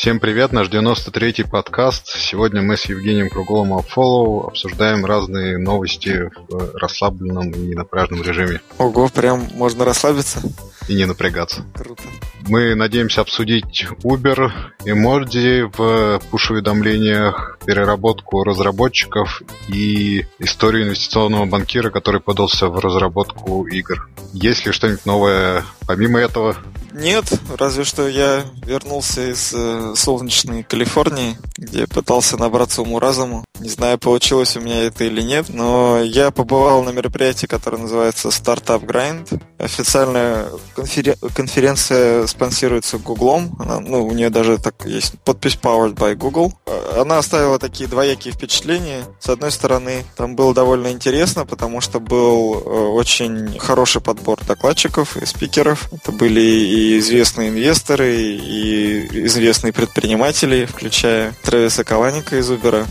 Всем привет, наш 93-й подкаст. Сегодня мы с Евгением Кругловым AppFollow обсуждаем разные новости в расслабленном и ненапряжном режиме. Ого, прям можно расслабиться? И не напрягаться. Круто. Мы надеемся обсудить Uber, эмодзи в пуш-уведомлениях, переработку разработчиков и историю инвестиционного банкира, который подался в разработку игр. Есть ли что-нибудь новое помимо этого? Нет, разве что я вернулся из солнечной Калифорнии, где пытался набраться уму-разуму. Не знаю, получилось у меня это или нет, но я побывал на мероприятии, которое называется Startup Grind. Официальная конференция спонсируется Гуглом. У нее даже так есть подпись Powered by Google. Она оставила такие двоякие впечатления. С одной стороны, там было довольно интересно, потому что был очень хороший подбор докладчиков и спикеров. Это были и известные инвесторы, и известные предприниматели, включая Трэвиса Каланика из Uber,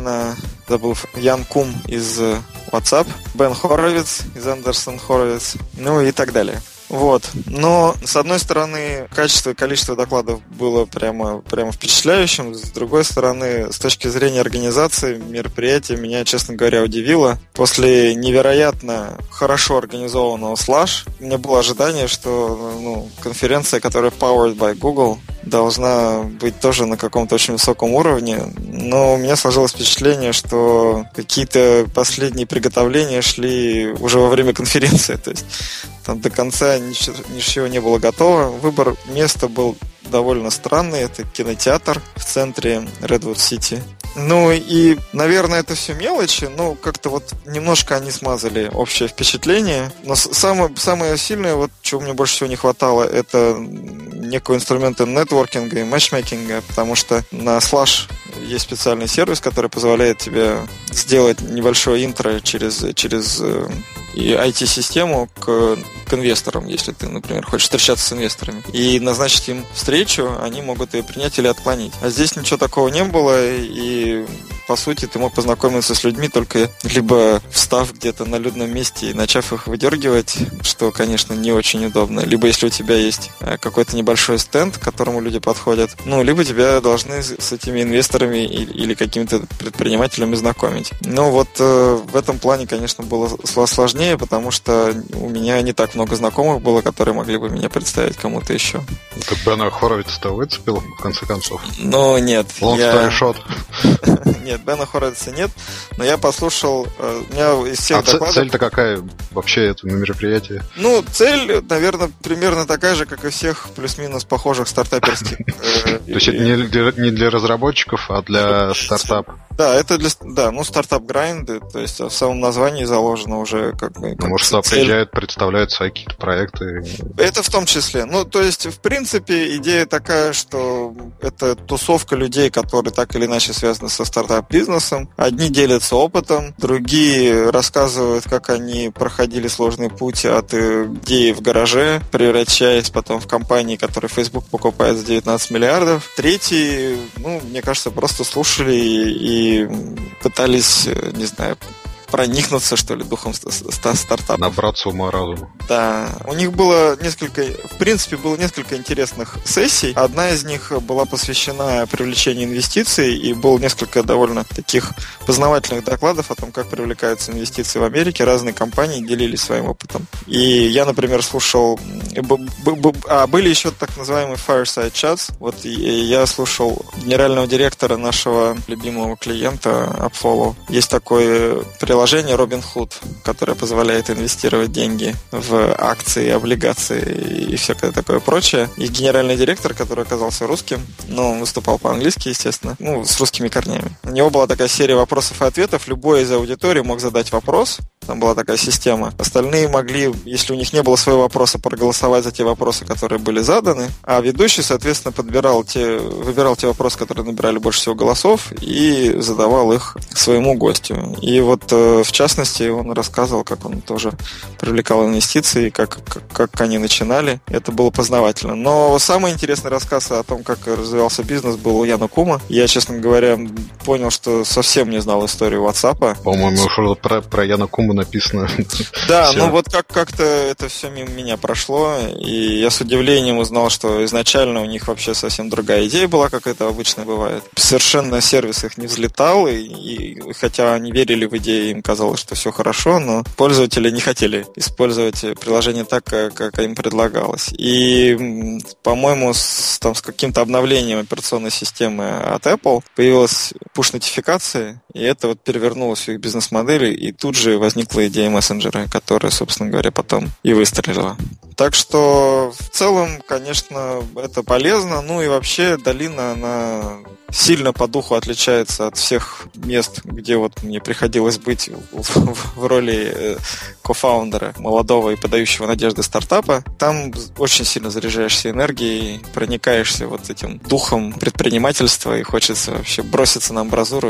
Ян Кум из WhatsApp, Бен Хоровиц из Андерсон Хоровиц, и так далее. Вот. Но, с одной стороны, качество и количество докладов было прямо впечатляющим. С другой стороны, с точки зрения организации мероприятия, меня, честно говоря, удивило. После невероятно хорошо организованного Slash, у меня было ожидание, что конференция, которая powered by Google, должна быть тоже на каком-то очень высоком уровне. Но у меня сложилось впечатление, что какие-то последние приготовления шли уже во время конференции. То есть там до конца ничего не было готово. Выбор места был довольно странный. Это кинотеатр в центре Редвуд-Сити. И, наверное, это все мелочи, как-то немножко они смазали общее впечатление. Но самое сильное, чего мне больше всего не хватало, это некого инструмента нетворкинга и матчмейкинга, потому что на Slash есть специальный сервис, который позволяет тебе сделать небольшое интро через и IT-систему к инвесторам, если ты, например, хочешь встречаться с инвесторами, и назначить им встречу, они могут ее принять или отклонить. А здесь ничего такого не было, и по сути ты мог познакомиться с людьми только либо встав где-то на людном месте и начав их выдергивать, что, конечно, не очень удобно, либо если у тебя есть какой-то небольшой стенд, к которому люди подходят, либо тебя должны с этими инвесторами или какими-то предпринимателями знакомить. В этом плане, конечно, было сложнее, потому что у меня не так много знакомых было, которые могли бы меня представить кому-то еще. Ты Бена Хоровица-то выцепил, в конце концов? Нет. Long story short. Нет, Бена Хоровица нет, но я послушал, у меня из всех докладов... Цель-то какая вообще этого мероприятия? Цель, наверное, примерно такая же, как и всех плюс-минус похожих стартаперских. То есть это не для разработчиков, а для стартапа? Да, это стартап грайнды, то есть в самом названии заложено уже может, сюда приезжают, представляют свои какие-то проекты? Это в том числе. То есть, в принципе, идея такая, что это тусовка людей, которые так или иначе связаны со стартап-бизнесом. Одни делятся опытом, другие рассказывают, как они проходили сложный путь от идеи в гараже, превращаясь потом в компании, которые Facebook покупает за 19 миллиардов. Третьи, мне кажется, просто слушали и пытались, не знаю, проникнуться, что ли, духом стартапа. Набраться ума-разума. Да. У них было несколько интересных сессий. Одна из них была посвящена привлечению инвестиций, и было несколько довольно таких познавательных докладов о том, как привлекаются инвестиции в Америке. Разные компании делились своим опытом. И я, например, слушал... были еще так называемые fireside chats. Я слушал генерального директора нашего любимого клиента AppFollow. Есть такое приложение Robinhood, которое позволяет инвестировать деньги в акции, облигации и всякое такое прочее. И генеральный директор, который оказался русским, он выступал по-английски, естественно, с русскими корнями. У него была такая серия вопросов и ответов. Любой из аудитории мог задать вопрос. Там была такая система. Остальные могли, если у них не было своего вопроса, проголосовать за те вопросы, которые были заданы. А ведущий, соответственно, выбирал те вопросы, которые набирали больше всего голосов, и задавал их своему гостю. И в частности, он рассказывал, как он тоже привлекал инвестиции, как они начинали. Это было познавательно. Но самый интересный рассказ о том, как развивался бизнес, был у Яна Кума. Я, честно говоря, понял, что совсем не знал историю WhatsApp. По-моему, уже про Яна Кума написано. Да, ну вот как-то это все мимо меня прошло, и я с удивлением узнал, что изначально у них вообще совсем другая идея была, как это обычно бывает. Совершенно сервис их не взлетал, и хотя они верили в идею, им казалось, что все хорошо, но пользователи не хотели использовать приложение так, как им предлагалось. И, по-моему, с каким-то обновлением операционной системы от Apple появилась push-нотификация, и это вот перевернуло всю их бизнес-модель, и тут же возникла идея мессенджера, которая, собственно говоря, потом и выстрелила. Так что в целом, конечно, это полезно. Ну и вообще долина, она сильно по духу отличается от всех мест, где вот мне приходилось быть в роли кофаундера, молодого и подающего надежды стартапа. Там очень сильно заряжаешься энергией, проникаешься вот этим духом предпринимательства, и хочется вообще броситься на амбразуру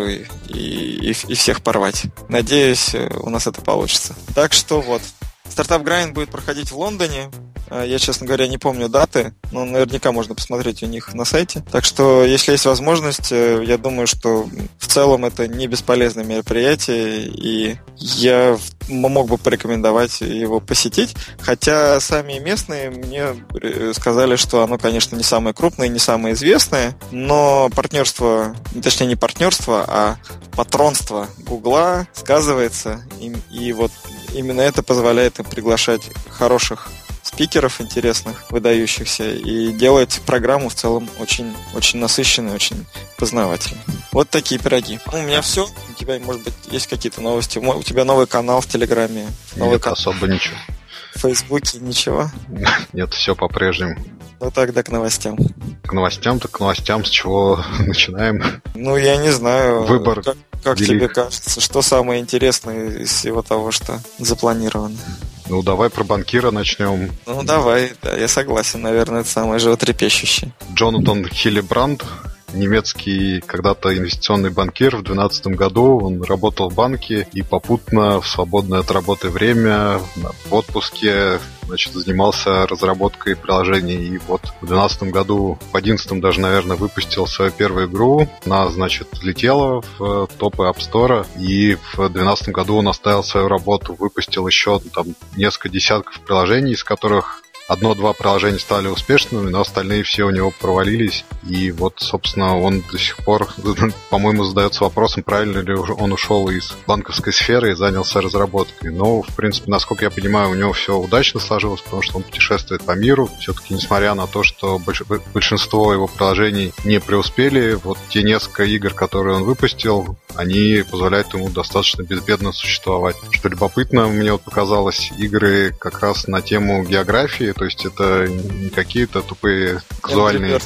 и всех порвать. Надеюсь, у нас это получится. Так что вот. Стартап Grind будет проходить в Лондоне. Я, честно говоря, не помню даты, но наверняка можно посмотреть у них на сайте. Так что, если есть возможность, я думаю, что в целом это не бесполезное мероприятие, и я мог бы порекомендовать его посетить. Хотя сами местные мне сказали, что оно, конечно, не самое крупное, не самое известное, но партнерство, точнее не партнерство, а патронство Гугла сказывается, и вот именно это позволяет им приглашать хороших спикеров интересных, выдающихся, и делать программу в целом очень, очень насыщенной, очень познавательной. Вот такие пироги. У меня все. У тебя, может быть, есть какие-то новости? У тебя новый канал в Телеграме? Нет, особо ничего. В Фейсбуке ничего? Нет, все по-прежнему. Ну тогда к новостям. К новостям, с чего начинаем? Ну, я не знаю. Выбор. Как тебе кажется, что самое интересное из всего того, что запланировано? Ну, давай про банкира начнем. Ну, давай, да, я согласен, наверное, это самое животрепещущее. Джонатан Хиллибранд, немецкий когда-то инвестиционный банкир. В 2012 году он работал в банке и попутно в свободное от работы время, в отпуске, занимался разработкой приложений. И вот в 2012 году, в 2011 даже, наверное, выпустил свою первую игру. Она, взлетела в топы App Store. И в 2012 году он оставил свою работу, выпустил еще несколько десятков приложений, из которых 1-2 приложения стали успешными, но остальные все у него провалились. И вот, собственно, он до сих пор, по-моему, задается вопросом, правильно ли он ушел из банковской сферы и занялся разработкой. Но, в принципе, насколько я понимаю, у него все удачно сложилось, потому что он путешествует по миру. Все-таки, несмотря на то, что большинство его приложений не преуспели, вот те несколько игр, которые он выпустил, они позволяют ему достаточно безбедно существовать. Что любопытно, мне вот показалось, игры как раз на тему географии, то есть это не какие-то тупые казуальные...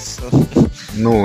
Ну,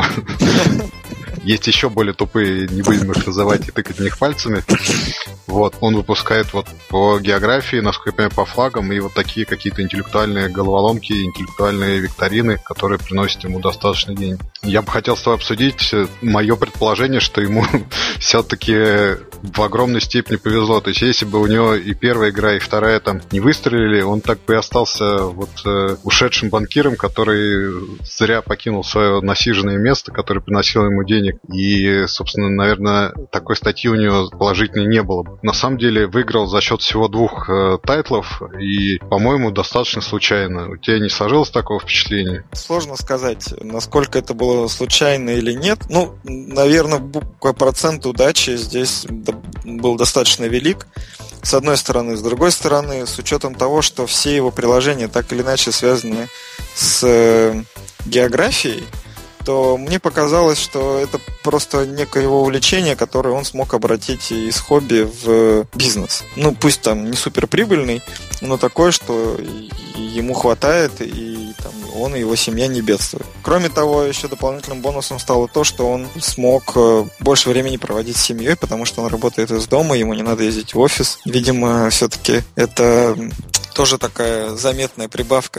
есть еще более тупые, не будем их называть и тыкать в них пальцами. Вот, он выпускает вот по географии, насколько я понимаю, по флагам, и вот такие какие-то интеллектуальные головоломки, интеллектуальные викторины, которые приносят ему достаточно денег. Я бы хотел с тобой обсудить мое предположение, что ему все-таки в огромной степени повезло. То есть, если бы у него и первая игра, и вторая не выстрелили, он так бы и остался ушедшим банкиром, который зря покинул свое насиженное место, которое приносило ему денег. И, собственно, наверное, такой статьи у него положительной не было. На самом деле, выиграл за счет всего 2 тайтлов, и, по-моему, достаточно случайно. У тебя не сложилось такого впечатления? Сложно сказать, насколько это было случайно или нет. Ну, наверное, процент удачи здесь был достаточно велик, с одной стороны. С другой стороны, с учетом того, что все его приложения так или иначе связаны с географией, то мне показалось, что это просто некое его увлечение, которое он смог обратить из хобби в бизнес. Ну, пусть не суперприбыльный, но такое, что ему хватает, и он и его семья не бедствуют. Кроме того, еще дополнительным бонусом стало то, что он смог больше времени проводить с семьей, потому что он работает из дома, ему не надо ездить в офис. Видимо, все-таки это тоже такая заметная прибавка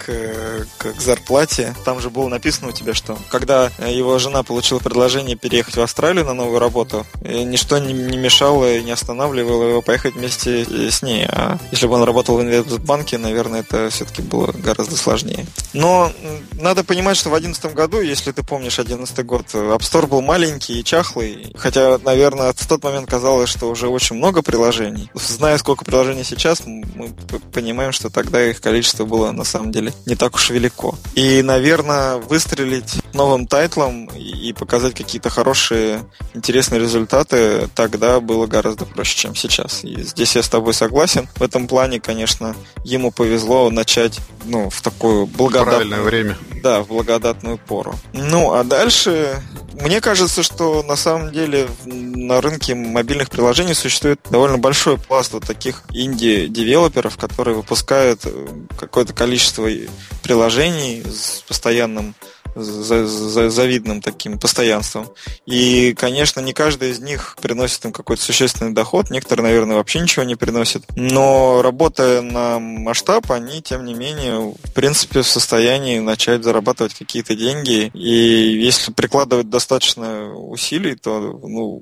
к зарплате. Там же было написано у тебя, что когда его жена получила предложение переехать в Австралию на новую работу, ничто не мешало и не останавливало его поехать вместе с ней. А если бы он работал в инвестбанке, наверное, это все-таки было гораздо сложнее. Но надо понимать, что в 2011 году, если ты помнишь 2011 год, App Store был маленький и чахлый, хотя, наверное, в тот момент казалось, что уже очень много приложений. Зная, сколько приложений сейчас, мы понимаем, что тогда их количество было на самом деле не так уж велико. И, наверное, выстрелить новым тайтлом и показать какие-то хорошие, интересные результаты тогда было гораздо проще, чем сейчас. И здесь я с тобой согласен. В этом плане, конечно, ему повезло начать, в такую благодатную... Правильное время. Да, в благодатную пору. А дальше... Мне кажется, что на самом деле на рынке мобильных приложений существует довольно большой пласт вот таких инди-девелоперов, которые выпускают какое-то количество приложений с постоянным завидным таким постоянством. И, конечно, не каждый из них приносит им какой-то существенный доход. Некоторые, наверное, вообще ничего не приносят. Но работая на масштаб, они, тем не менее, в принципе, в состоянии начать зарабатывать какие-то деньги. И если прикладывать достаточно усилий, то,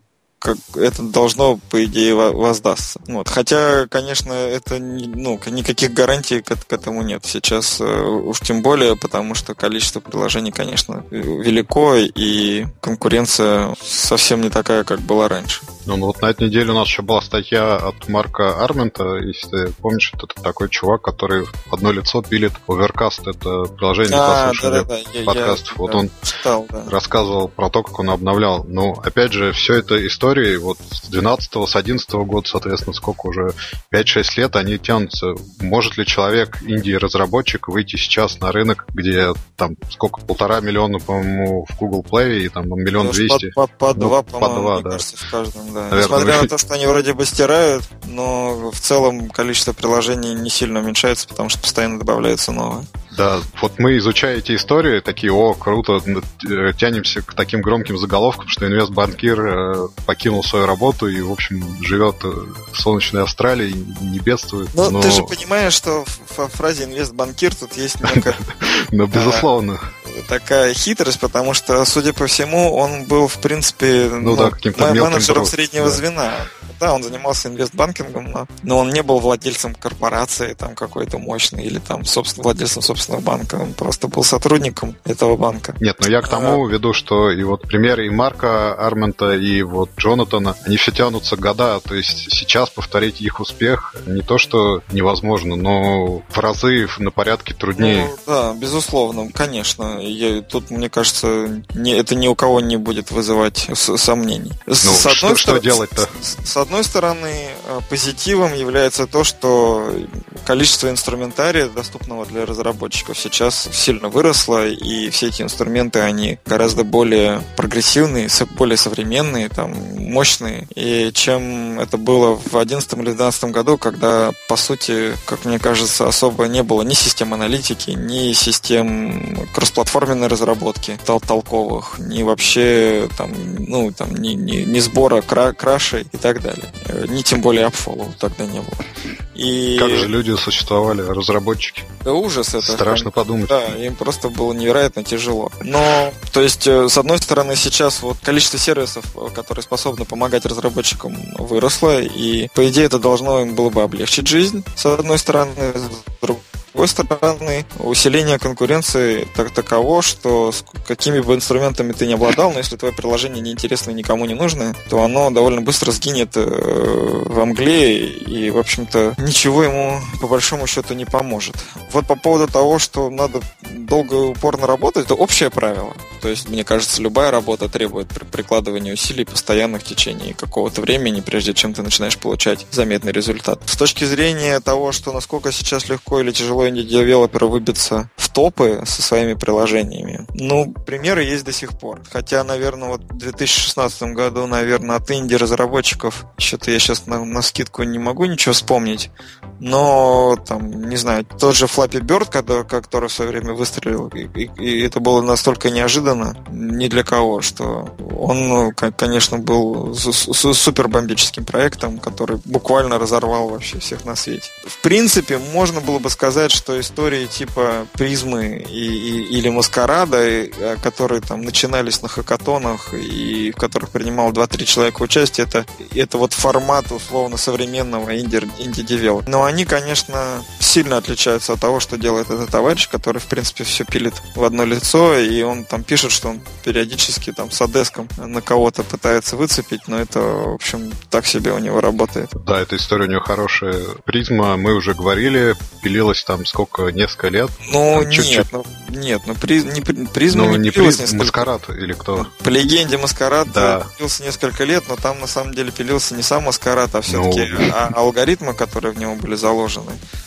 это должно, по идее, воздастся. Хотя, конечно, это никаких гарантий к этому нет. Сейчас уж тем более, потому что количество приложений, конечно, велико, и конкуренция совсем не такая, как была раньше. Вот на этой неделе у нас еще была статья от Марка Армента, если ты помнишь, это такой чувак, который в одно лицо пилит Overcast, это приложение для слушания подкастов. Он читал, рассказывал про то, как он обновлял. Опять же, все это истории с 12-го, с 11-го года, соответственно, сколько уже, 5-6 лет они тянутся. Может ли человек, инди-разработчик, выйти сейчас на рынок, где там сколько, 1,5 миллиона, по-моему, в Google Play, и там 1 200 000? По 2, по-моему, да. Кажется, в каждом. Да. Несмотря на то, что они вроде бы стирают, но в целом количество приложений не сильно уменьшается, потому что постоянно добавляются новые. Да, мы, изучая эти истории, такие, круто, тянемся к таким громким заголовкам, что инвестбанкир покинул свою работу и, в общем, живет в солнечной Австралии, не бедствует. Но ты же понимаешь, что в фразе инвестбанкир тут есть некая... безусловно. Такая хитрость, потому что, судя по всему, он был, в принципе, менеджером среднего звена. Да, он занимался инвестбанкингом, но он не был владельцем корпорации там какой-то мощной или там владельцем собственного банка. Он просто был сотрудником этого банка. Нет, я к тому веду, что и примеры и Марка Армента, и Джонатана, они все тянутся года. То есть сейчас повторить их успех не то, что невозможно, но в разы на порядке труднее. Да, безусловно, конечно. Тут, мне кажется, это ни у кого не будет вызывать сомнений. Что делать-то? С одной стороны, позитивом является то, что количество инструментария, доступного для разработчиков, сейчас сильно выросло, и все эти инструменты, они гораздо более прогрессивные, более современные, мощные, и чем это было в 2011 или 2012 году, когда, по сути, как мне кажется, особо не было ни систем аналитики, ни систем кроссплатформенной разработки толковых, ни вообще ни сбора крашей и так далее. Ни тем более апфолов тогда не было. И... Как же люди существовали, разработчики? Да ужас это. Страшно подумать. Да, им просто было невероятно тяжело. Но, то есть, с одной стороны, сейчас количество сервисов, которые способны помогать разработчикам, выросло, и, по идее, это должно им было бы облегчить жизнь, с одной стороны. С другой стороны, усиление конкуренции таково, что с какими бы инструментами ты ни обладал, но если твое приложение неинтересное и никому не нужное, то оно довольно быстро сгинет во мгле, и, в общем-то, ничего ему, по большому счету, не поможет. По поводу того, что надо долго и упорно работать, это общее правило. То есть, мне кажется, любая работа требует прикладывания усилий постоянно в течение какого-то времени, прежде чем ты начинаешь получать заметный результат. С точки зрения того, что насколько сейчас легко или тяжело инди-девелоперу выбиться в топы со своими приложениями. Ну, примеры есть до сих пор. Хотя, наверное, вот в 2016 году, наверное, от инди-разработчиков, что-то я сейчас на скидку не могу ничего вспомнить, но, там, не знаю, тот же Flappy Bird, который в свое время выстрелил, и это было настолько неожиданно ни для кого, что он, конечно, был супер бомбическим проектом, который буквально разорвал вообще всех на свете. В принципе, можно было бы сказать, что истории типа Призмы или Маскарада, которые там начинались на хакатонах и в которых принимал 2-3 человека участие, это вот формат условно современного инди-девелопера. Но они, конечно, сильно отличаются от того, что делает этот товарищ, который, в принципе, все пилит в одно лицо, и он там пишет, что он периодически там с Одеском на кого-то пытается выцепить, но это, в общем, так себе у него работает. Да, эта история у него хорошая. Призма, мы уже говорили, пилилась там сколько, несколько лет? Ну, там Призма не пилилась несколько лет. Маскарад или кто? По легенде Маскарад пилился несколько лет, но там на самом деле пилился не сам Маскарад, а все-таки алгоритмы, которые в него были заложены.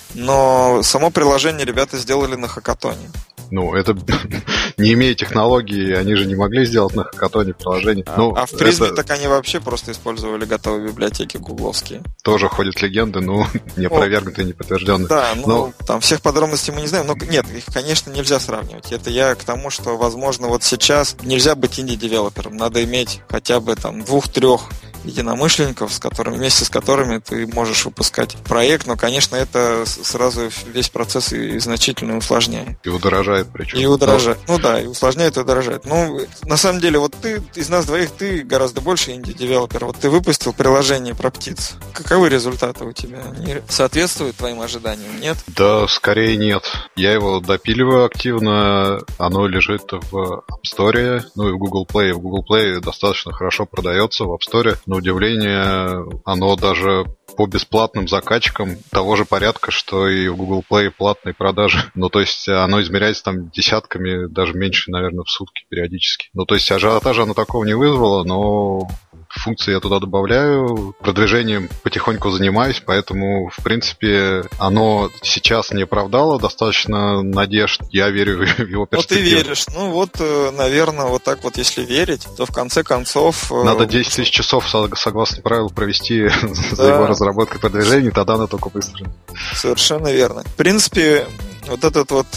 Но само приложение ребята сделали на хакатоне. Ну, это не имея технологий, они же не могли сделать на хакатоне приложение. В Призме так они вообще просто использовали готовые библиотеки гугловские. Тоже ходят легенды, но не опровергнутые, не подтвержденные. Да, там всех подробностей мы не знаем. Но нет, их, конечно, нельзя сравнивать. Это я к тому, что, возможно, вот сейчас нельзя быть инди-девелопером. Надо иметь хотя бы там 2-3 единомышленников, вместе с которыми ты можешь выпускать проект, но, конечно, это сразу весь процесс и значительно усложняет. И удорожает причем. И удорожает. Ну да, и усложняет, и удорожает. Ну, на самом деле, вот ты, из нас двоих, ты гораздо больше инди-девелопер. Вот ты выпустил приложение про птиц. Каковы результаты у тебя? Они соответствуют твоим ожиданиям, нет? Да, скорее нет. Я его допиливаю активно, оно лежит в App Store, ну и в Google Play. В Google Play достаточно хорошо продается, в App Store. На удивление, оно даже по бесплатным закачкам того же порядка, что и в Google Play платной продажи. Ну, то есть оно измеряется там десятками, даже меньше, наверное, в сутки периодически. Ну, то есть ажиотажа оно такого не вызвало, но функции я туда добавляю, продвижением потихоньку занимаюсь, поэтому, в принципе, оно сейчас не оправдало достаточно надежд. Я верю в его перспективу. Ну, ты веришь. Ну, вот, наверное, вот так вот, если верить, то в конце концов... Надо 10 тысяч часов, согласно правилу, провести за его разработкой продвижения, тогда оно только выстрелит. Совершенно верно. В принципе, вот этот вот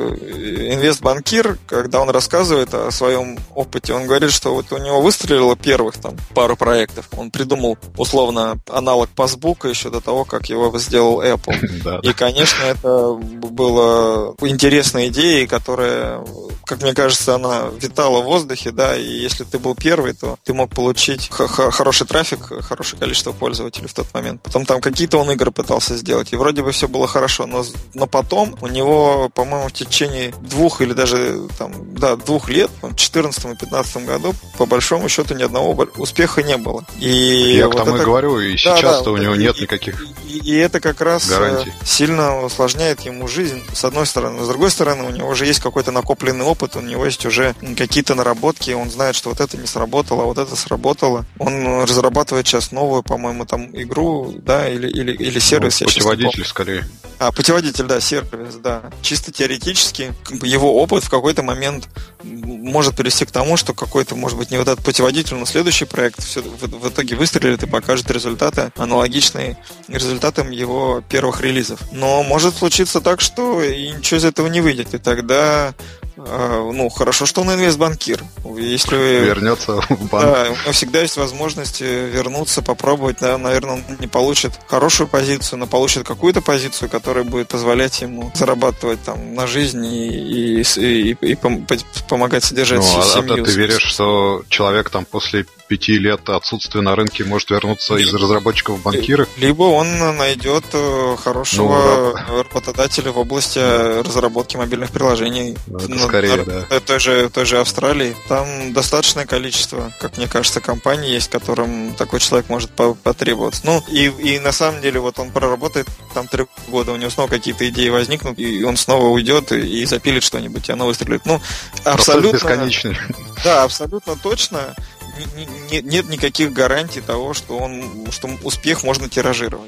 инвестбанкир, когда он рассказывает о своем опыте, он говорит, что вот у него выстрелило первых там пару проектов. Он придумал условно аналог пассбука еще до того, как его сделал Apple. И, конечно, это была интересная идея, которая, как мне кажется, она витала в воздухе, да, и если ты был первый, то ты мог получить хороший трафик, хорошее количество пользователей в тот момент. Потом там какие-то он игры пытался сделать, и вроде бы все было хорошо, но потом у него, по-моему, в течение 2 или даже 2 лет, в 2014 и 2015 году, по большому счету, ни одного успеха не было. И я вот к тому и говорю, и сейчас-то у него нет никаких и это как раз гарантий. Сильно усложняет ему жизнь, с одной стороны. С другой стороны, у него уже есть какой-то накопленный опыт, у него есть уже какие-то наработки, он знает, что вот это не сработало, а вот это сработало. Он разрабатывает сейчас новую, по-моему, там игру, да, или сервис. Путеводитель, скорее. Путеводитель, да, сервис, да. Чисто теоретически его опыт в какой-то момент может привести к тому, что какой-то, может быть, не вот этот путеводитель, но следующий проект все в итоге выстрелит и покажет результаты, аналогичные результатам его первых релизов. Но может случиться так, что и ничего из этого не выйдет, и тогда хорошо, что он инвестбанкир. Если вернется в банк. Да, у него всегда есть возможность вернуться, попробовать. Да, наверное, он не получит хорошую позицию, но получит какую-то позицию, которая будет позволять ему зарабатывать там на жизнь и помогать содержать семью. А ты веришь, что человек там после 5 лет отсутствия на рынке может вернуться из разработчиков в банкиры? Либо он найдет хорошего работодателя в области разработки мобильных приложений. Скорее, да. Той же Австралии. Там достаточное количество, как мне кажется, компаний есть, которым такой человек может потребоваться. Ну, и на самом деле, вот он проработает там 3 года, у него снова какие-то идеи возникнут, и он снова уйдет и запилит что-нибудь, и оно выстрелит. Ну, абсолютно... бесконечный. Да, абсолютно точно. Нет никаких гарантий того, что успех можно тиражировать.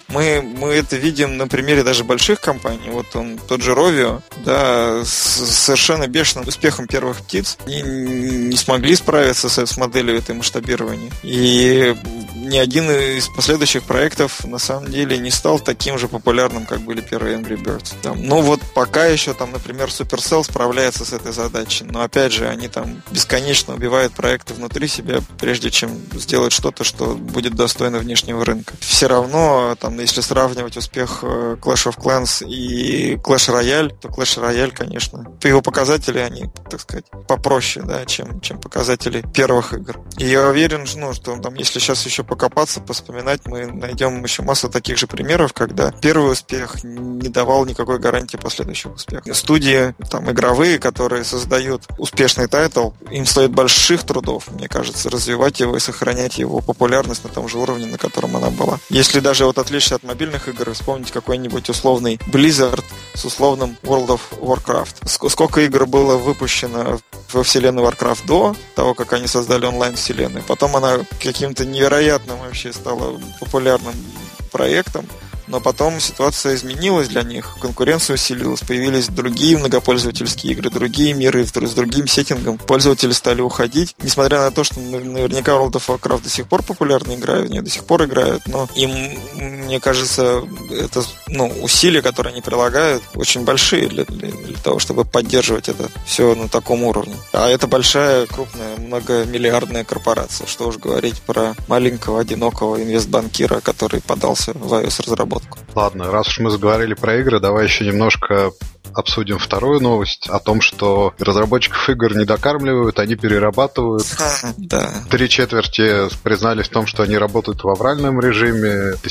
Мы это видим на примере даже больших компаний. Вот тот же Rovio, да, с совершенно бешеным успехом первых птиц не смогли справиться с моделью этой масштабирования. И ни один из последующих проектов на самом деле не стал таким же популярным, как были первые Angry Birds. Ну вот пока еще например, Supercell справляется с этой задачей, но опять же они бесконечно убивают проекты внутри себя, прежде чем сделать что-то, что будет достойно внешнего рынка. Все равно, если сравнивать успех Clash of Clans и Clash Royale, то Clash Royale, конечно, по его показатели они, так сказать, попроще, да, чем показатели первых игр. И я уверен, что если сейчас еще покопаться, поспоминать, мы найдем еще массу таких же примеров, когда первый успех не давал никакой гарантии последующих успехов. Студии игровые, которые создают успешный тайтл, им стоит больших трудов, мне кажется, развивать его и сохранять его популярность на том же уровне, на котором она была. Если даже отвлечься от мобильных игр, вспомнить какой-нибудь условный Blizzard с условным World of Warcraft. Сколько игр было выпущено во вселенной Warcraft до того, как они создали онлайн-вселенную. Потом она каким-то невероятным вообще стала популярным проектом. Но потом ситуация изменилась для них, конкуренция усилилась, появились другие многопользовательские игры, другие миры с другим сеттингом. Пользователи стали уходить, несмотря на то, что наверняка World of Warcraft до сих пор популярна игра, в нее до сих пор играют, но им, мне кажется, это усилия, которые они прилагают, очень большие для того, чтобы поддерживать это все на таком уровне. А это большая, крупная, многомиллиардная корпорация. Что уж говорить про маленького, одинокого инвестбанкира, который подался в iOS-разработку. Ладно, раз уж мы заговорили про игры, давай еще немножко обсудим вторую новость о том, что разработчиков игр не докармливают, они перерабатывают. Да. 3/4 признались в том, что они работают в авральном режиме. До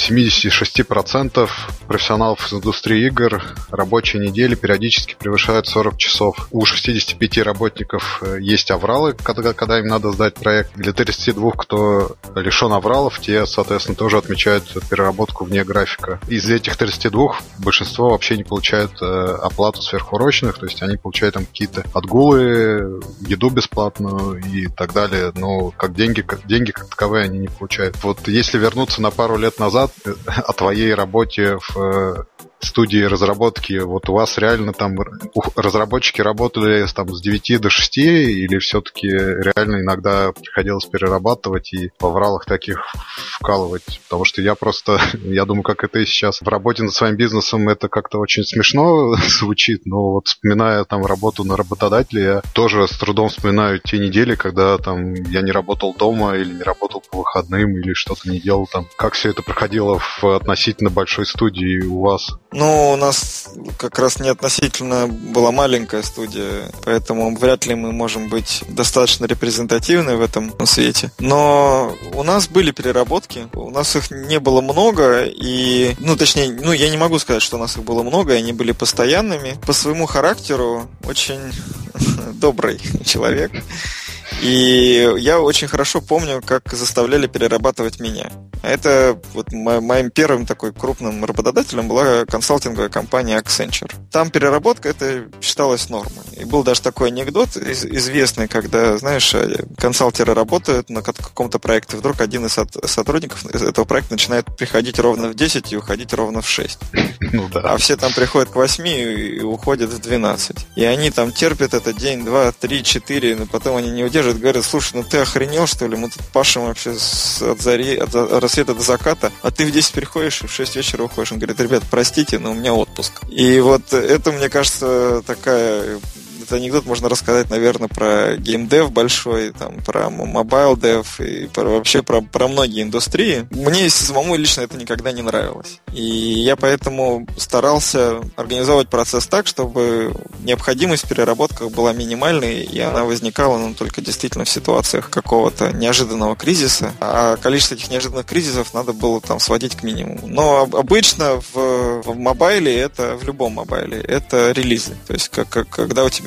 76% профессионалов из индустрии игр рабочие недели периодически превышают 40 часов. У 65 работников есть авралы, когда им надо сдать проект. Для 32, кто лишен авралов, те, соответственно, тоже отмечают переработку вне графика. Из этих 32 большинство вообще не получают оплату сверхурочных, то есть они получают какие-то отгулы, еду бесплатную и так далее, но как деньги как таковые они не получают. Вот если вернуться на пару лет назад о твоей работе в студии разработки, вот у вас реально разработчики работали с 9 до 6 или все-таки реально иногда приходилось перерабатывать и в авралах таких вкалывать? Потому что я думаю, как это и сейчас. В работе над своим бизнесом это как-то очень смешно звучит, но вот вспоминая работу на работодателя, я тоже с трудом вспоминаю те недели, когда я не работал дома или не работал по выходным или что-то не делал Как все это проходило в относительно большой студии у вас? У нас как раз не относительно была маленькая студия, поэтому вряд ли мы можем быть достаточно репрезентативны в этом свете. Но у нас были переработки, у нас их не было много, и, я не могу сказать, что у нас их было много, и они были постоянными. По своему характеру очень добрый человек. И я очень хорошо помню, как заставляли перерабатывать меня. Это моим первым такой крупным работодателем была консалтинговая компания Accenture. Там переработка это считалось нормой. И был даже такой анекдот известный, когда, знаешь, консалтеры работают на каком-то проекте, вдруг один из сотрудников этого проекта начинает приходить ровно в 10 и уходить ровно в 6. Да. А все приходят к 8 и уходят в 12. И они терпят это день, 2, 3, 4, но потом они не удерживают, говорят: слушай, ты охренел, что ли? Мы тут пашем вообще от рассвета до заката, а ты в 10 приходишь и в 6 вечера уходишь. Он говорит: ребят, простите, но у меня отпуск. И вот это, мне кажется, этот анекдот можно рассказать, наверное, про геймдев большой, про мобайл дев и вообще про многие индустрии. Мне самому лично это никогда не нравилось. И я поэтому старался организовать процесс так, чтобы необходимость в переработках была минимальной, и она возникала только действительно в ситуациях какого-то неожиданного кризиса. А количество этих неожиданных кризисов надо было сводить к минимуму. Но обычно в мобайле, в любом мобайле, это релизы. То есть когда у тебя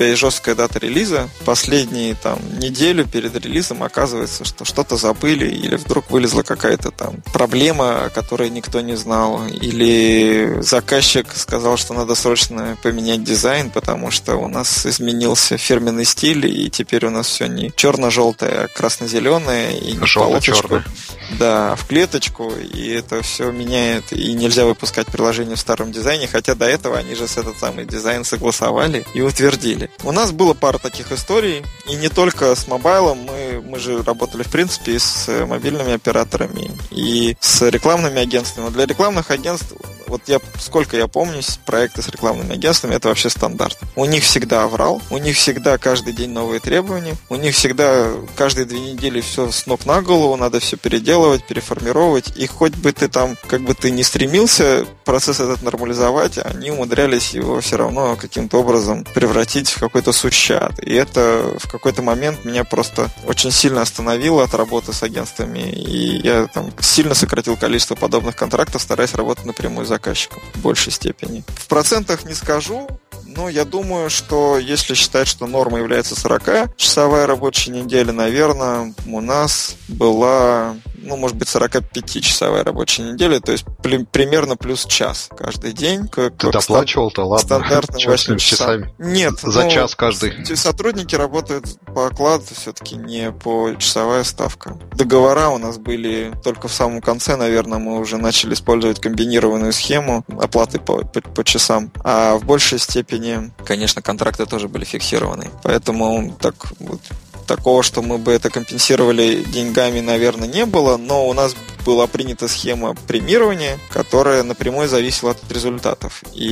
есть жесткая дата релиза, последние там неделю перед релизом оказывается, что что-то забыли, или вдруг вылезла какая-то там проблема, о которой никто не знал, или заказчик сказал, что надо срочно поменять дизайн, потому что у нас изменился фирменный стиль, и теперь у нас все не черно-желтое, а красно-зеленое, и не желто-черное. Да, в клеточку, и это все меняет, и нельзя выпускать приложение в старом дизайне, хотя до этого они же с этот самый дизайн согласовали и утвердили. У нас было пара таких историй, и не только с мобайлом, мы же работали, в принципе, и с мобильными операторами, и с рекламными агентствами. Для рекламных агентств, вот сколько я помню, проекты с рекламными агентствами, это вообще стандарт. У них всегда аврал, у них всегда каждый день новые требования, у них всегда каждые 2 недели все с ног на голову, надо все переделывать, переформировать, и хоть бы ты там, как бы ты не стремился процесс этот нормализовать, они умудрялись его все равно каким-то образом превратить в какой-то сущат. И это в какой-то момент меня просто очень сильно остановило от работы с агентствами, и я там сильно сократил количество подобных контрактов, стараясь работать напрямую с заказчиком в большей степени. В процентах не скажу, но я думаю, что если считать, что норма является 40-часовая рабочая неделя, наверное, у нас была, может быть, 45-часовая рабочая неделя, то есть примерно плюс час каждый день. Ты доплачивал-то, ладно? Стандартным 8 часами? Нет. За час каждый? Сотрудники работают по окладу, все-таки не по часовая ставка. Договора у нас были только в самом конце, наверное, мы уже начали использовать комбинированную схему оплаты по часам, а в большей степени, конечно, контракты тоже были фиксированы. Поэтому такого, что мы бы это компенсировали деньгами, наверное, не было, но у нас была принята схема премирования, которая напрямую зависела от результатов. И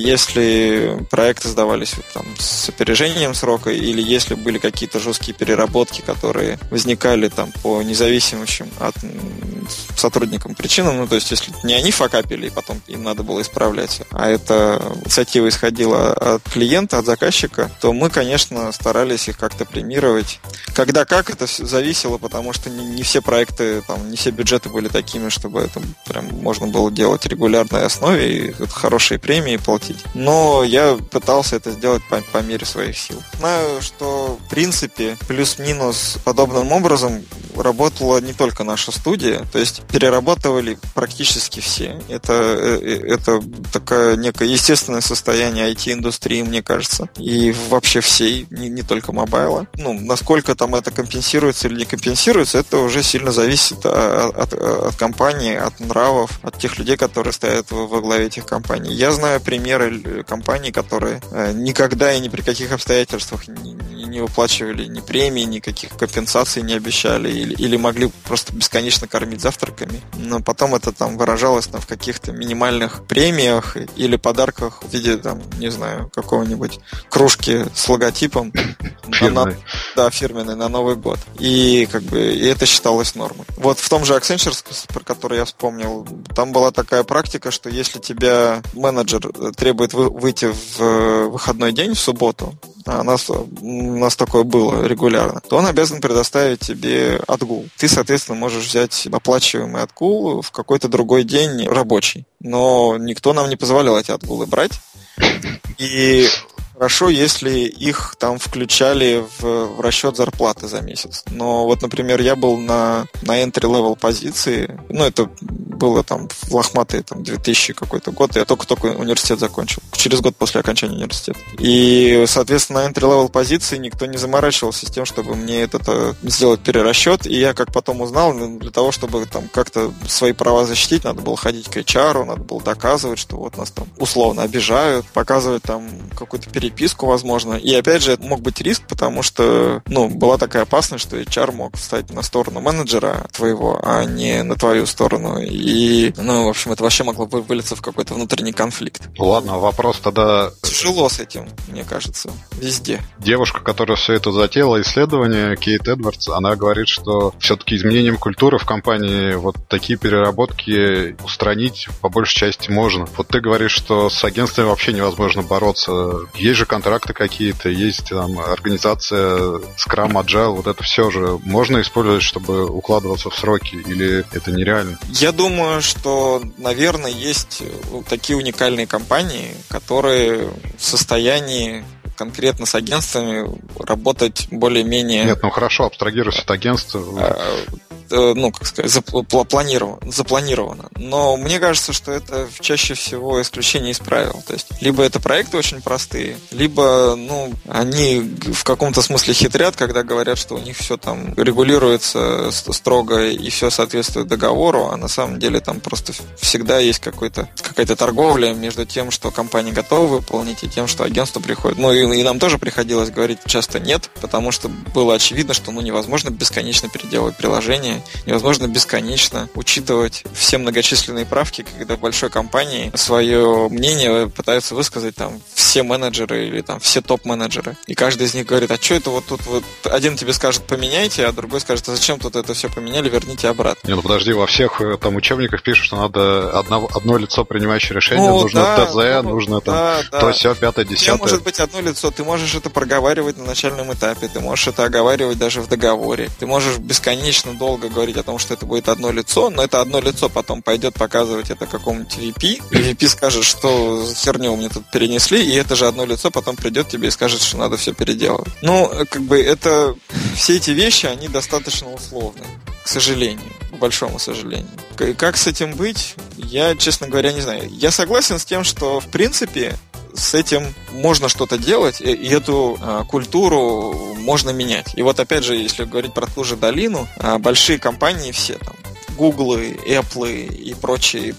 если проекты сдавались там с опережением срока, или если были какие-то жесткие переработки, которые возникали там по независимым от сотрудникам причинам, то есть если не они факапили, и потом им надо было исправлять, а эта инициатива исходила от клиента, от заказчика, то мы, конечно, старались их как-то премировать. Когда как, это зависело, потому что не все проекты, не все бюджеты были такими, чтобы это прям можно было делать в регулярной основе и хорошие премии платить. Но я пытался это сделать по мере своих сил. Знаю, что в принципе плюс-минус подобным образом работала не только наша студия, то есть перерабатывали практически все. Это такое некое естественное состояние IT-индустрии, мне кажется, и вообще всей, не только мобайла. Насколько там это компенсируется или не компенсируется, это уже сильно зависит от компании, от нравов, от тех людей, которые стоят во главе этих компаний. Я знаю примеры компаний, которые никогда и ни при каких обстоятельствах не выплачивали ни премии, никаких компенсаций не обещали, или могли просто бесконечно кормить завтраками. Но потом это выражалось в каких-то минимальных премиях или подарках в виде, не знаю, какого-нибудь кружки с логотипом. Фирменный на Новый год. И это считалось нормой. Вот в том же Accenture, про который я вспомнил, там была такая практика, что если тебя менеджер требует выйти в выходной день, в субботу, а у нас такое было регулярно, то он обязан предоставить тебе отгул. Ты, соответственно, можешь взять оплачиваемый отгул в какой-то другой день рабочий. Но никто нам не позволял эти отгулы брать. И хорошо, если их там включали в расчет зарплаты за месяц. Но вот, например, я был на entry-level позиции, это было в лохматый 2000 какой-то год, я только университет закончил, через год после окончания университета. И, соответственно, на entry-level позиции никто не заморачивался с тем, чтобы мне сделать перерасчет, и я, как потом узнал, для того, чтобы как-то свои права защитить, надо было ходить к HR, надо было доказывать, что вот нас условно обижают, показывать какую-то переписку, возможно. И опять же, это мог быть риск, потому что, была такая опасность, что HR мог встать на сторону менеджера твоего, а не на твою сторону. И, в общем, это вообще могло вылиться в какой-то внутренний конфликт. Ладно, вопрос тогда... Тяжело с этим, мне кажется, везде. Девушка, которая все это затеяла, исследование, Кейт Эдвардс, она говорит, что все-таки изменением культуры в компании вот такие переработки устранить по большей части можно. Вот ты говоришь, что с агентствами вообще невозможно бороться. Есть же контракты какие-то, есть организация Scrum, Agile, вот это все же можно использовать, чтобы укладываться в сроки, или это нереально? Я думаю, что, наверное, есть такие уникальные компании, которые в состоянии конкретно с агентствами работать более-менее... Нет, ну хорошо, абстрагируйся от агентства. Ну, как сказать, запланировано. Но мне кажется, что это чаще всего исключение из правил. То есть, либо это проекты очень простые, либо, ну, они в каком-то смысле хитрят, когда говорят, что у них все там регулируется строго и все соответствует договору, а на самом деле там просто всегда есть какая-то торговля между тем, что компания готова выполнить, и тем, что агентство приходит. Ну, и нам тоже приходилось говорить часто нет, потому что было очевидно, что ну, невозможно бесконечно переделывать приложение, невозможно бесконечно учитывать все многочисленные правки, когда в большой компании свое мнение пытаются высказать там все менеджеры или там все топ-менеджеры. И каждый из них говорит, а что это вот тут вот один тебе скажет поменяйте, а другой скажет, а зачем тут это все поменяли, верните обратно. Не, ну подожди, во всех там учебниках пишут, что надо одно лицо, принимающее решение, нужно ТЗ, нужно там то все, пятое, десятое. Может быть одно лицо, ты можешь это проговаривать на начальном этапе, ты можешь это оговаривать даже в договоре, ты можешь бесконечно долго говорить о том, что это будет одно лицо, но это одно лицо потом пойдет показывать это какому-нибудь VP, и VP скажет, что за херню мне тут перенесли, и это же одно лицо потом придет тебе и скажет, что надо все переделывать. Ну, как бы это... Все эти вещи, они достаточно условны, к сожалению, к большому сожалению. Как с этим быть, я, честно говоря, не знаю. Я согласен с тем, что, в принципе, с этим можно что-то делать, и эту культуру можно менять. И вот опять же, если говорить про ту же долину, большие компании все там, Google, Apple и прочие,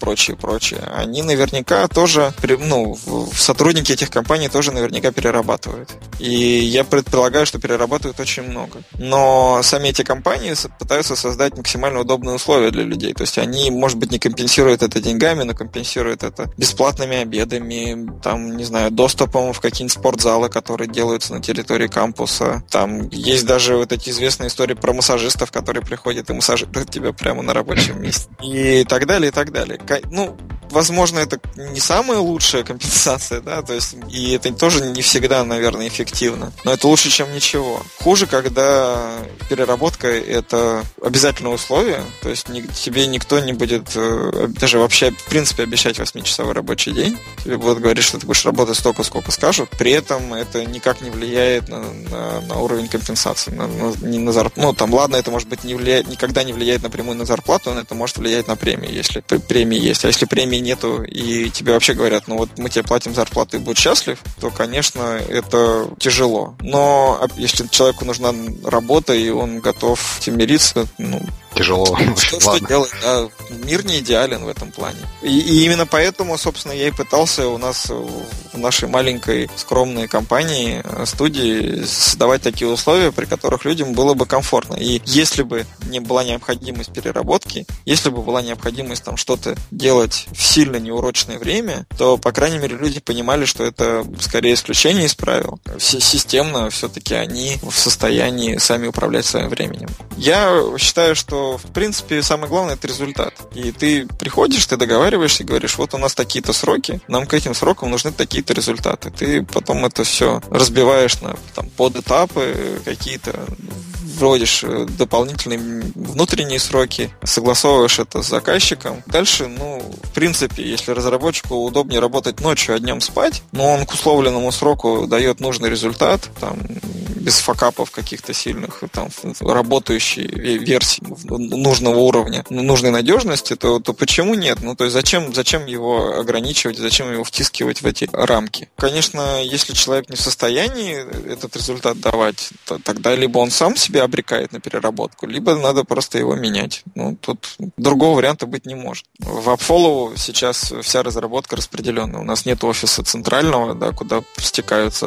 они наверняка тоже, ну, сотрудники этих компаний тоже наверняка перерабатывают. И я предполагаю, что перерабатывают очень много. Но сами эти компании пытаются создать максимально удобные условия для людей. То есть они, может быть, не компенсируют это деньгами, но компенсируют это бесплатными обедами, там, не знаю, доступом в какие-нибудь спортзалы, которые делаются на территории кампуса. Там есть даже вот эти известные истории про массажистов, которые приходят и массажируют тебя прямо на рабочем месте. И так далее, и так далее. Ну, возможно, это не самая лучшая компенсация, да, то есть, и это тоже не всегда, наверное, эффективно. Но это лучше, чем ничего. Хуже, когда переработка — это обязательное условие, то есть тебе никто не будет даже вообще, в принципе, обещать 8-часовой рабочий день. Тебе будут говорить, что ты будешь работать столько, сколько скажут. При этом это никак не влияет на уровень компенсации, на зарплату. Ну, там, ладно, это, может быть, никогда не влияет напрямую на зарплату, но это может влиять на премии, если премии есть. А если премии нету, и тебе вообще говорят, ну вот мы тебе платим зарплату и будь счастлив, то, конечно, это тяжело. Но если человеку нужна работа, и он готов этим мириться, ну, тяжело. Что делать? Да, мир не идеален в этом плане. И именно поэтому, собственно, я и пытался у нас в нашей маленькой скромной компании, студии, создавать такие условия, при которых людям было бы комфортно. И если бы не была необходимость переработки, если бы была необходимость там что-то делать в сильно неурочное время, то, по крайней мере, люди понимали, что это скорее исключение из правил. Системно все-таки они в состоянии сами управлять своим временем. Я считаю, что в принципе, самое главное — это результат. И ты приходишь, ты договариваешься и говоришь, вот у нас такие-то сроки, нам к этим срокам нужны такие-то результаты. Ты потом это все разбиваешь на там, подэтапы какие-то, вводишь дополнительные внутренние сроки, согласовываешь это с заказчиком. Дальше, ну, в принципе, если разработчику удобнее работать ночью, а днем спать, но он к условленному сроку дает нужный результат, там, без факапов каких-то сильных, там, работающей версии нужного уровня, нужной надежности, то почему нет? Ну, то есть зачем его ограничивать, зачем его втискивать в эти рамки? Конечно, если человек не в состоянии этот результат давать, тогда либо он сам себя обрекает на переработку, либо надо просто его менять. Ну, тут другого варианта быть не может. В AppFollow сейчас вся разработка распределенная. У нас нет офиса центрального, да, куда стекаются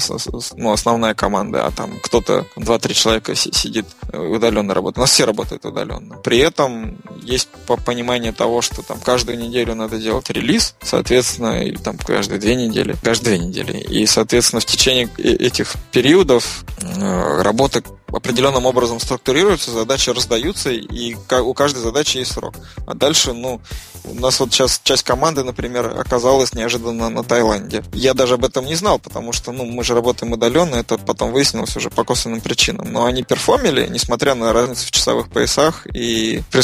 основная команда, а там кто-то, 2-3 человека сидит удаленно работает. У нас все работают удаленно. При этом есть понимание того, что там каждую неделю надо делать релиз, соответственно, или там каждые 2 недели. И, соответственно, в течение этих периодов работа определенным образом структурируется, задачи раздаются, и у каждой задачи есть срок. А дальше, ну, у нас вот сейчас часть команды, например, оказалась неожиданно на Таиланде. Я даже об этом не знал, потому что, ну, мы же работаем удаленно, это потом выяснилось уже по косвенным причинам. Но они перформили, несмотря на разницу в часовых поясах и присутствие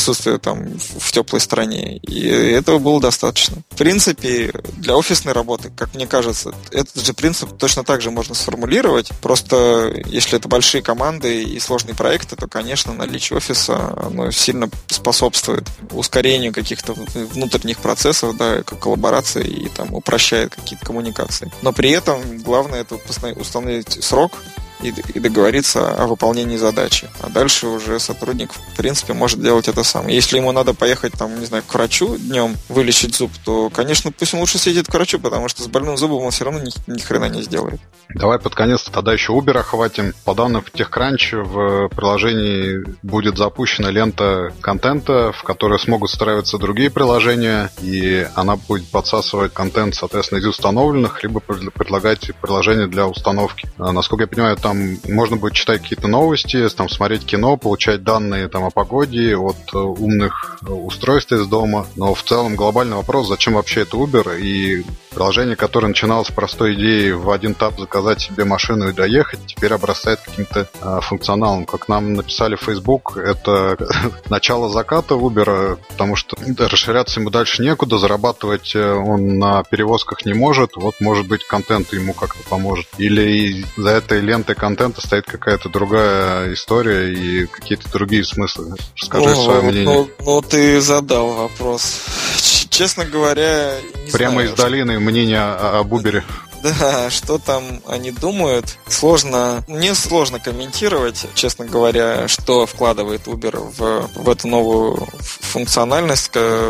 там в теплой стране. И этого было достаточно. В принципе, для офисной работы, как мне кажется, этот же принцип точно так же можно сформулировать. Просто если это большие команды и сложные проекты, то, конечно, наличие офиса оно сильно способствует ускорению каких-то внутренних процессов, да, коллаборации и там упрощает какие-то коммуникации. Но при этом главное это установить срок и договориться о выполнении задачи. А дальше уже сотрудник, в принципе, может делать это сам. Если ему надо поехать, там, не знаю, к врачу днем, вылечить зуб, то, конечно, пусть он лучше съездит к врачу, потому что с больным зубом он все равно ни хрена не сделает. Давай под конец тогда еще Uber охватим. По данным в TechCrunch в приложении будет запущена лента контента, в которой смогут встраиваться другие приложения, и она будет подсасывать контент, соответственно, из установленных, либо предлагать приложения для установки. Насколько я понимаю, там можно будет читать какие-то новости, там смотреть кино, получать данные там о погоде от умных устройств из дома. Но в целом глобальный вопрос, зачем вообще это Uber? И приложение, которое начиналось с простой идеи в один тап заказать себе машину и доехать, теперь обрастает каким-то функционалом. Как нам написали в Facebook, это начало заката Uber, потому что расширяться ему дальше некуда, зарабатывать он на перевозках не может. Вот, может быть, контент ему как-то поможет. Или за этой лентой контента стоит какая-то другая история и какие-то другие смыслы. Расскажи свое мнение. Ну, ты задал вопрос. Честно говоря, не Прямо знаю, из долины мнение об Uber. Да, что там они думают, мне сложно комментировать, честно говоря, что вкладывает Uber в эту новую функциональность,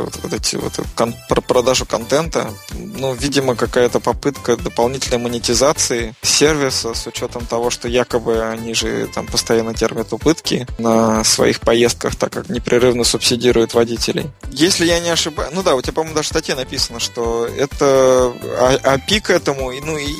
про продажу контента. Ну, видимо, какая-то попытка дополнительной монетизации сервиса с учетом того, что якобы они же там постоянно терпят убытки на своих поездках, так как непрерывно субсидируют водителей. Если я не ошибаюсь, ну да, у тебя, по-моему, даже в статье написано, что это API к этому,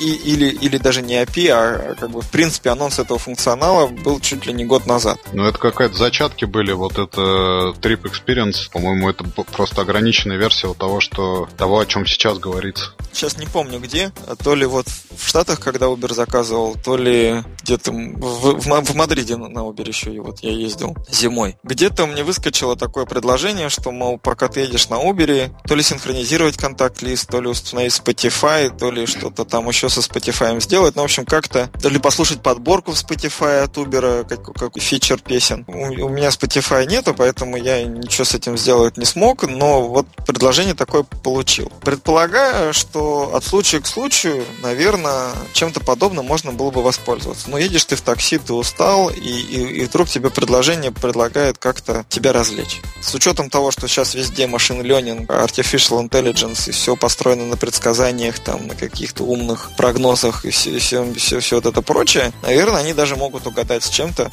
или даже не API, а как бы в принципе анонс этого функционала был чуть ли не год назад. Ну, это какая-то зачатки были, вот это Trip Experience, по-моему, это просто ограниченная версия того, о чем сейчас говорится. Сейчас не помню где, то ли вот в Штатах, когда Uber заказывал, то ли где-то в Мадриде на Uber еще и вот я ездил зимой. Где-то мне выскочило такое предложение, что, мол, пока ты едешь на Uber, то ли синхронизировать контакт-лист, то ли установить Spotify, то ли что-то там еще со Spotify сделать. Ну, в общем, как-то, то ли послушать подборку в Spotify от Uber, как фичер песен. У меня Spotify нету, поэтому я ничего с этим сделать не смог, но вот предложение такое получил. Предполагаю, что от случая к случаю, наверное, чем-то подобным можно было бы воспользоваться. Но едешь ты в такси, ты устал, и вдруг тебе предложение предлагает как-то тебя развлечь. С учетом того, что сейчас везде machine learning, artificial intelligence, и все построено на предсказаниях, там, на каких-то умных прогнозах и все вот это прочее, наверное, они даже могут угадать с чем-то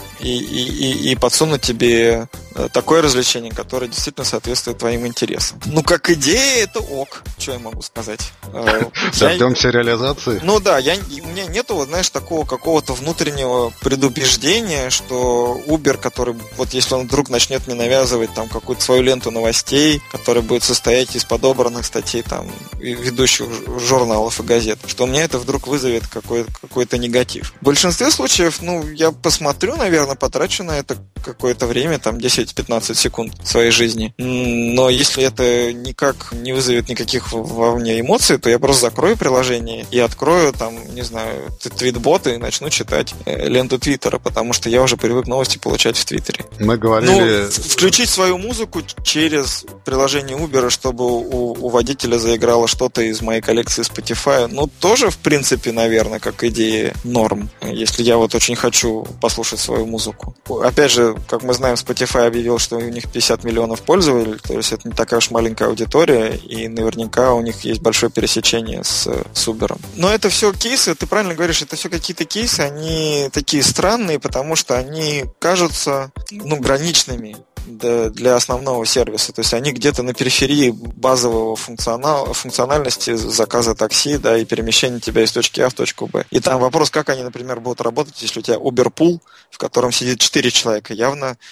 и подсунуть тебе такое развлечение, которое действительно соответствует твоим интересам. Ну, как идея, это ок. Что я могу сказать? Дождемся реализации? Ну да, у меня нету, вот, знаешь, такого какого-то внутреннего предубеждения, что Uber, который, вот если он вдруг начнет мне навязывать там какую-то свою ленту новостей, которая будет состоять из подобранных статей там ведущих журналов и газет, что у меня это вдруг вызовет какой-то негатив. В большинстве случаев, ну, я посмотрю, наверное, потрачу на это какое-то время, там 10-15 секунд своей жизни. Но если это никак не вызовет никаких во мне эмоций, то я просто закрою приложение и открою там, не знаю, твитботы и начну читать ленту Твиттера, потому что я уже привык новости получать в Твиттере. Мы говорили... Ну, включить свою музыку через приложение Uber, чтобы у водителя заиграло что-то из моей коллекции Spotify, ну, тоже, в принципе, наверное, как идея норм, если я вот очень хочу послушать свою музыку. Опять же, как мы знаем, Spotify объявил, что у них 50 миллионов пользователей, то есть это не такая уж маленькая аудитория, и наверняка у них есть большое пересечение с Uber. Но это все кейсы, ты правильно говоришь, это все какие-то кейсы, они такие странные, потому что они кажутся, ну, граничными для основного сервиса. То есть они где-то на периферии базового функциональности заказа такси, да, и перемещения тебя из точки А в точку Б. И там вопрос, как они, например, будут работать, если у тебя Uber Pool, в котором сидит 4 человека. Явно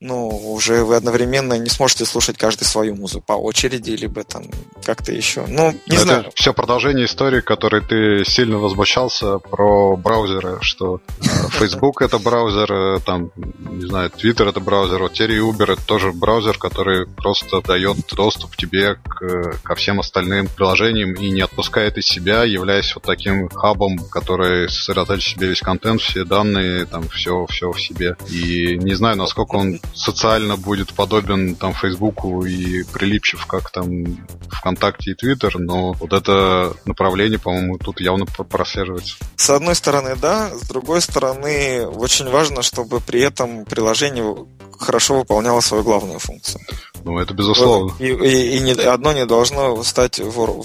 уже вы одновременно не сможете слушать каждый свою музыку по очереди, либо там как-то еще. Не знаю. Это все продолжение истории, которой ты сильно возмущался про браузеры, что Facebook это браузер, там, не знаю, Twitter это браузер, вот теперь и Uber это тоже браузер, который просто дает доступ тебе ко всем остальным приложениям и не отпускает из себя, являясь вот таким хабом, который сосредоточит в себе весь контент, все данные, там, все в себе. И не знаю, насколько он социально будет подобен там Фейсбуку и прилипчив, как там ВКонтакте и Твиттер, но вот это направление, по-моему, тут явно прослеживается. С одной стороны, да, с другой стороны, очень важно, чтобы при этом приложение хорошо выполняло свою главную функцию. Это безусловно. И одно не должно стать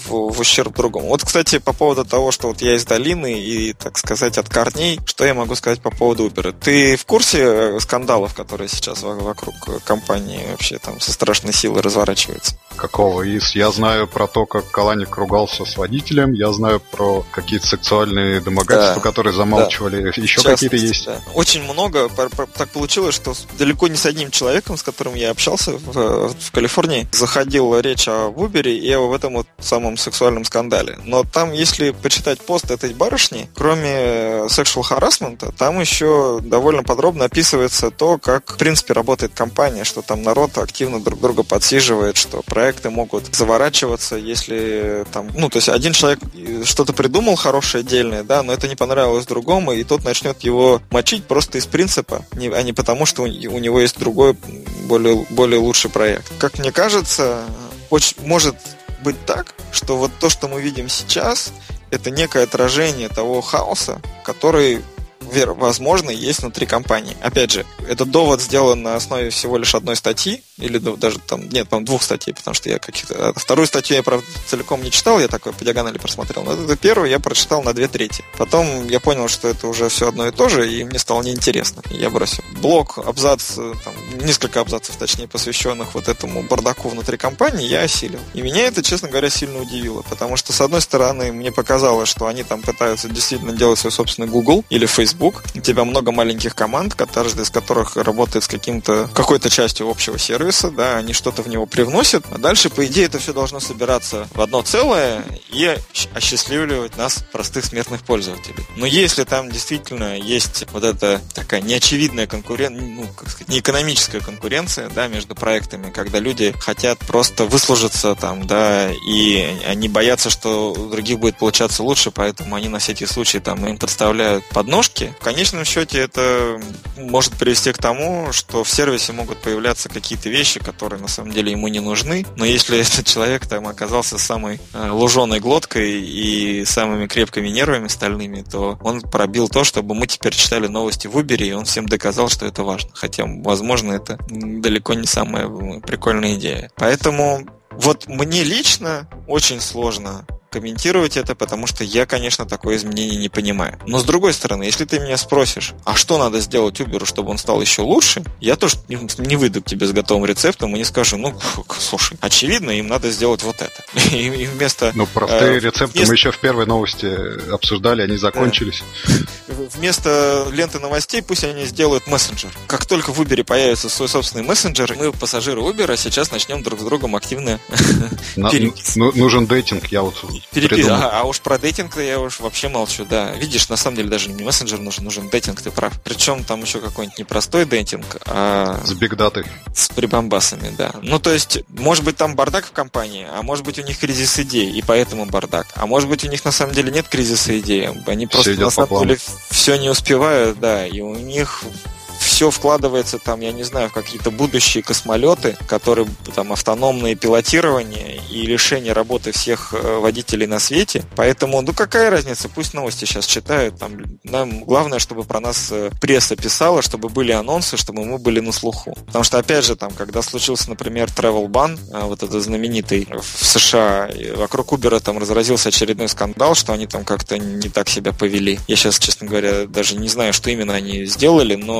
в ущерб другому. Вот, кстати, по поводу того, что вот я из долины и, так сказать, от корней, что я могу сказать по поводу Uber? Ты в курсе скандалов, которые сейчас вокруг компании вообще там со страшной силой разворачиваются? Какого? Я знаю про то, как Каланик ругался с водителем, я знаю про какие-то сексуальные домогательства, которые замалчивали. Да. Еще какие-то есть? Да. Очень много. Так получилось, что далеко не с одним человеком, с которым я общался в Калифорнии, заходила речь о Uber и об этом вот самом сексуальном скандале. Но там, если почитать пост этой барышни, кроме sexual harassment, там еще довольно подробно описывается то, как в принципе работает компания, что там народ активно друг друга подсиживает, что проекты могут заворачиваться, если там, то есть один человек что-то придумал хорошее, дельное, да, но это не понравилось другому, и тот начнет его мочить просто из принципа, а не потому, что у него есть другой, более лучший проект. Как мне кажется, может быть так, что вот то, что мы видим сейчас, это некое отражение того хаоса, который, возможно, есть внутри компании. Опять же, этот довод сделан на основе всего лишь одной статьи, или даже там, нет, по-моему, 2 статей, потому что я вторую статью я, правда, целиком не читал, я такой по диагонали просмотрел, но это первую я прочитал на 2/3. Потом я понял, что это уже все одно и то же, и мне стало неинтересно, и я бросил. Блог, абзац, там, несколько абзацев, точнее, посвященных вот этому бардаку внутри компании, я осилил. И меня это, честно говоря, сильно удивило, потому что, с одной стороны, мне показалось, что они там пытаются действительно делать свой собственный Google или Facebook. У тебя много маленьких команд, каждая из которых работает с какой-то частью общего сервиса, да, они что-то в него привносят, а дальше, по идее, это все должно собираться в одно целое и осчастливливать нас, простых смертных пользователей. Но если там действительно есть вот эта такая неочевидная не экономическая конкуренция, да, между проектами, когда люди хотят просто выслужиться там, да, и они боятся, что у других будет получаться лучше, поэтому они на всякий случай там им подставляют подножки, в конечном счете это может привести к тому, что в сервисе могут появляться какие-то вещи, которые на самом деле ему не нужны, но если этот человек там оказался самой луженой глоткой и самыми крепкими нервами стальными, то он пробил то, чтобы мы теперь читали новости в Uber, и он всем доказал, что это важно. Хотя, возможно, это далеко не самая прикольная идея. Поэтому вот мне лично очень сложно комментировать это, потому что я, конечно, такое изменение не понимаю. Но с другой стороны, если ты меня спросишь, а что надо сделать Uber, чтобы он стал еще лучше, я тоже не выйду к тебе с готовым рецептом и не скажу, слушай, очевидно, им надо сделать вот это. И вместо... простые рецепты мы еще в первой новости обсуждали, они закончились. Вместо ленты новостей пусть они сделают мессенджер. Как только в Uber появится свой собственный мессенджер, мы, пассажиры Uber, сейчас начнем друг с другом активно переписываться. Нужен дейтинг, я вот А уж про дейтинг я уж вообще молчу, да. Видишь, на самом деле даже не мессенджер нужен дейтинг, ты прав. Причем там еще какой-нибудь непростой дейтинг, а... С бигдатой. С прибамбасами, да. То есть, может быть, там бардак в компании, а может быть, у них кризис идей, и поэтому бардак. А может быть, у них на самом деле нет кризиса идей. Они просто на самом деле все не успевают, да, и у них... Все вкладывается там, я не знаю, в какие-то будущие космолеты, которые там автономное пилотирование и лишение работы всех водителей на свете. Поэтому, какая разница, пусть новости сейчас читают. Там, нам главное, чтобы про нас пресса писала, чтобы были анонсы, чтобы мы были на слуху. Потому что, опять же, там, когда случился, например, travel ban, вот этот знаменитый в США, вокруг Uber там разразился очередной скандал, что они там как-то не так себя повели. Я сейчас, честно говоря, даже не знаю, что именно они сделали, но, в общем,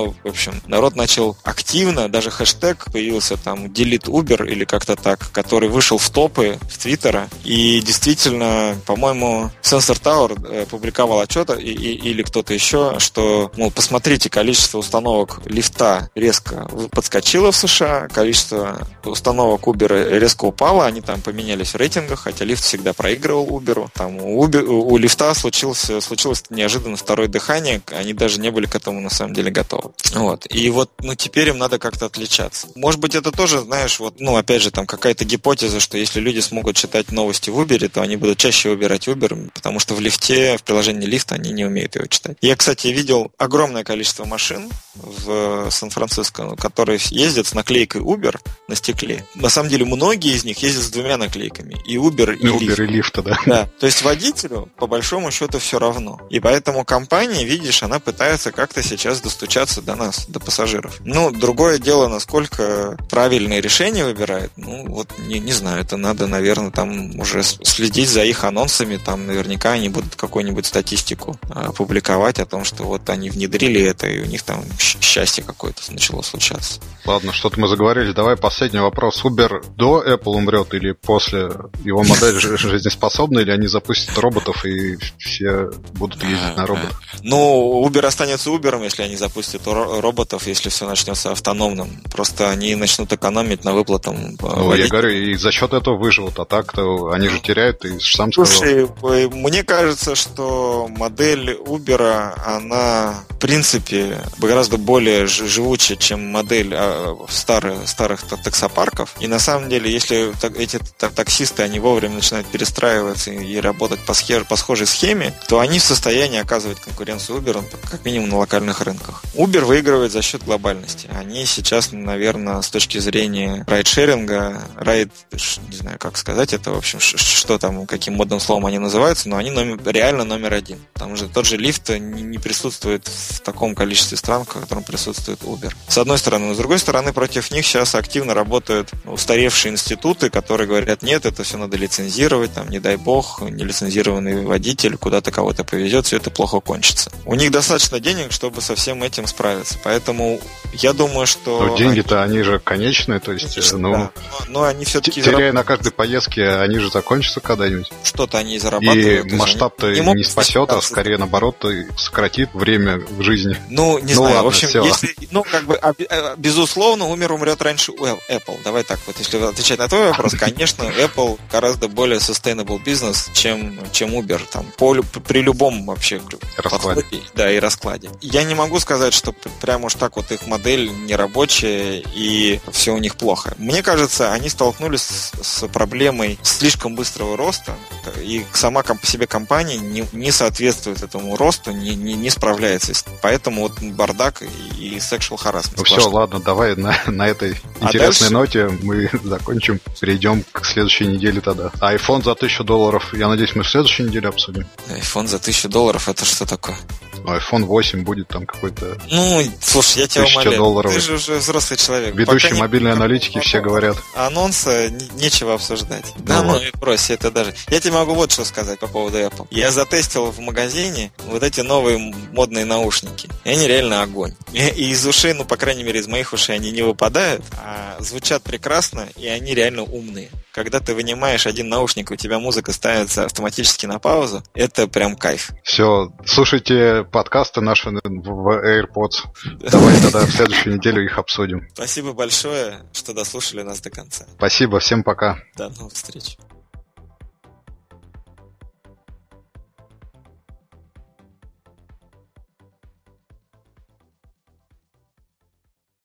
общем, народ начал активно, даже хэштег появился там Delete Uber или как-то так, который вышел в топы в Твиттера. И действительно, по-моему, Sensor Tower публиковал отчет или кто-то еще, что, мол, посмотрите, количество установок лифта резко подскочило в США, количество установок Uber резко упало, они там поменялись в рейтингах, хотя лифт всегда проигрывал Uber. Там у лифта случилось неожиданно второе дыхание, они даже не были к этому на самом деле готовы. Вот. И вот, теперь им надо как-то отличаться. Может быть, это тоже, знаешь, опять же, там какая-то гипотеза, что если люди смогут читать новости в Uber, то они будут чаще выбирать Uber, потому что в лифте, в приложении лифта они не умеют его читать. Я, кстати, видел огромное количество машин в Сан-Франциско, которые ездят с наклейкой Uber на стекле. На самом деле, многие из них ездят с двумя наклейками. И Uber, и Uber лифт. И лифта, да. Да. То есть водителю, по большому счету, все равно. И поэтому компания, видишь, она пытается как-то сейчас достучаться до нас, до пассажиров. Другое дело, насколько правильные решения выбирает, не знаю, это надо, наверное, там уже следить за их анонсами, там наверняка они будут какую-нибудь статистику публиковать о том, что вот они внедрили это, и у них там счастье какое-то начало случаться. Ладно, что-то мы заговорились. Давай последний вопрос. Uber до Apple умрет или после? Его модель жизнеспособна, или они запустят роботов и все будут ездить на роботах? Uber останется Uber, если они запустят роботов, если все начнется автономным. Просто они начнут экономить на выплатах. Я говорю, и за счет этого выживут, а так-то они же теряют, ты сам сказал. Слушай, мне кажется, что модель Uber, она, в принципе, гораздо более живучая, чем модель старых таксопарков. И на самом деле, если эти таксисты, они вовремя начинают перестраиваться и работать по схожей схеме, то они в состоянии оказывать конкуренцию Uber, как минимум на локальных рынках. Uber выигрывает за счет глобальности. Они сейчас, наверное, с точки зрения райдшеринга, не знаю, как сказать это, в общем, что там, каким модным словом они называются, но они реально номер один. Потому что тот же лифт не присутствует в таком количестве стран, в котором присутствует Uber. С одной стороны. Но с другой стороны, против них сейчас активно работают устаревшие институты, которые говорят, нет, это все надо лицензировать, там, не дай бог, нелицензированный водитель куда-то кого-то повезет, все это плохо кончится. У них достаточно денег, чтобы со всем этим справиться. Поэтому я думаю, что... Но деньги-то они же конечные, то есть... Да. Но они все-таки... Теряя на каждой поездке, они же закончатся когда-нибудь. Что-то они зарабатывают. И масштаб-то не спасет, а скорее наоборот сократит время в жизни. Не знаю. Ладно, в общем, если, безусловно, умрет раньше Apple. Давай так вот, если отвечать на твой вопрос, конечно, Apple гораздо более sustainable бизнес, чем Uber, там, при любом вообще раскладе. Да, и раскладе. Я не могу сказать, что прям уж так вот их модель нерабочая и все у них плохо. Мне кажется, они столкнулись с проблемой слишком быстрого роста, и сама по себе компания не соответствует этому росту, не справляется. Поэтому вот бардак и sexual harassment. Ну все, ладно, давай на этой интересной ноте мы закончим, перейдем к следующей неделе тогда. А iPhone за $1000, я надеюсь, мы в следующей неделе обсудим. iPhone за $1000, это что такое? iPhone 8 будет там какой-то... слушай, я тебя умоляю, ты же уже взрослый человек. Ведущие мобильные аналитики все говорят. Анонса нечего обсуждать. Брось, это даже... Я тебе могу вот что сказать по поводу Apple. Я затестил в магазине вот эти новые модные наушники. И они реально огонь. И из ушей, по крайней мере, из моих ушей они не выпадают, а звучат прекрасно, и они реально умные. Когда ты вынимаешь один наушник, у тебя музыка ставится автоматически на паузу, это прям кайф. Все, слушайте подкасты наши в AirPods. Давай тогда в следующую неделю их обсудим. Спасибо большое, что дослушали нас до конца. Спасибо, всем пока. До новых встреч.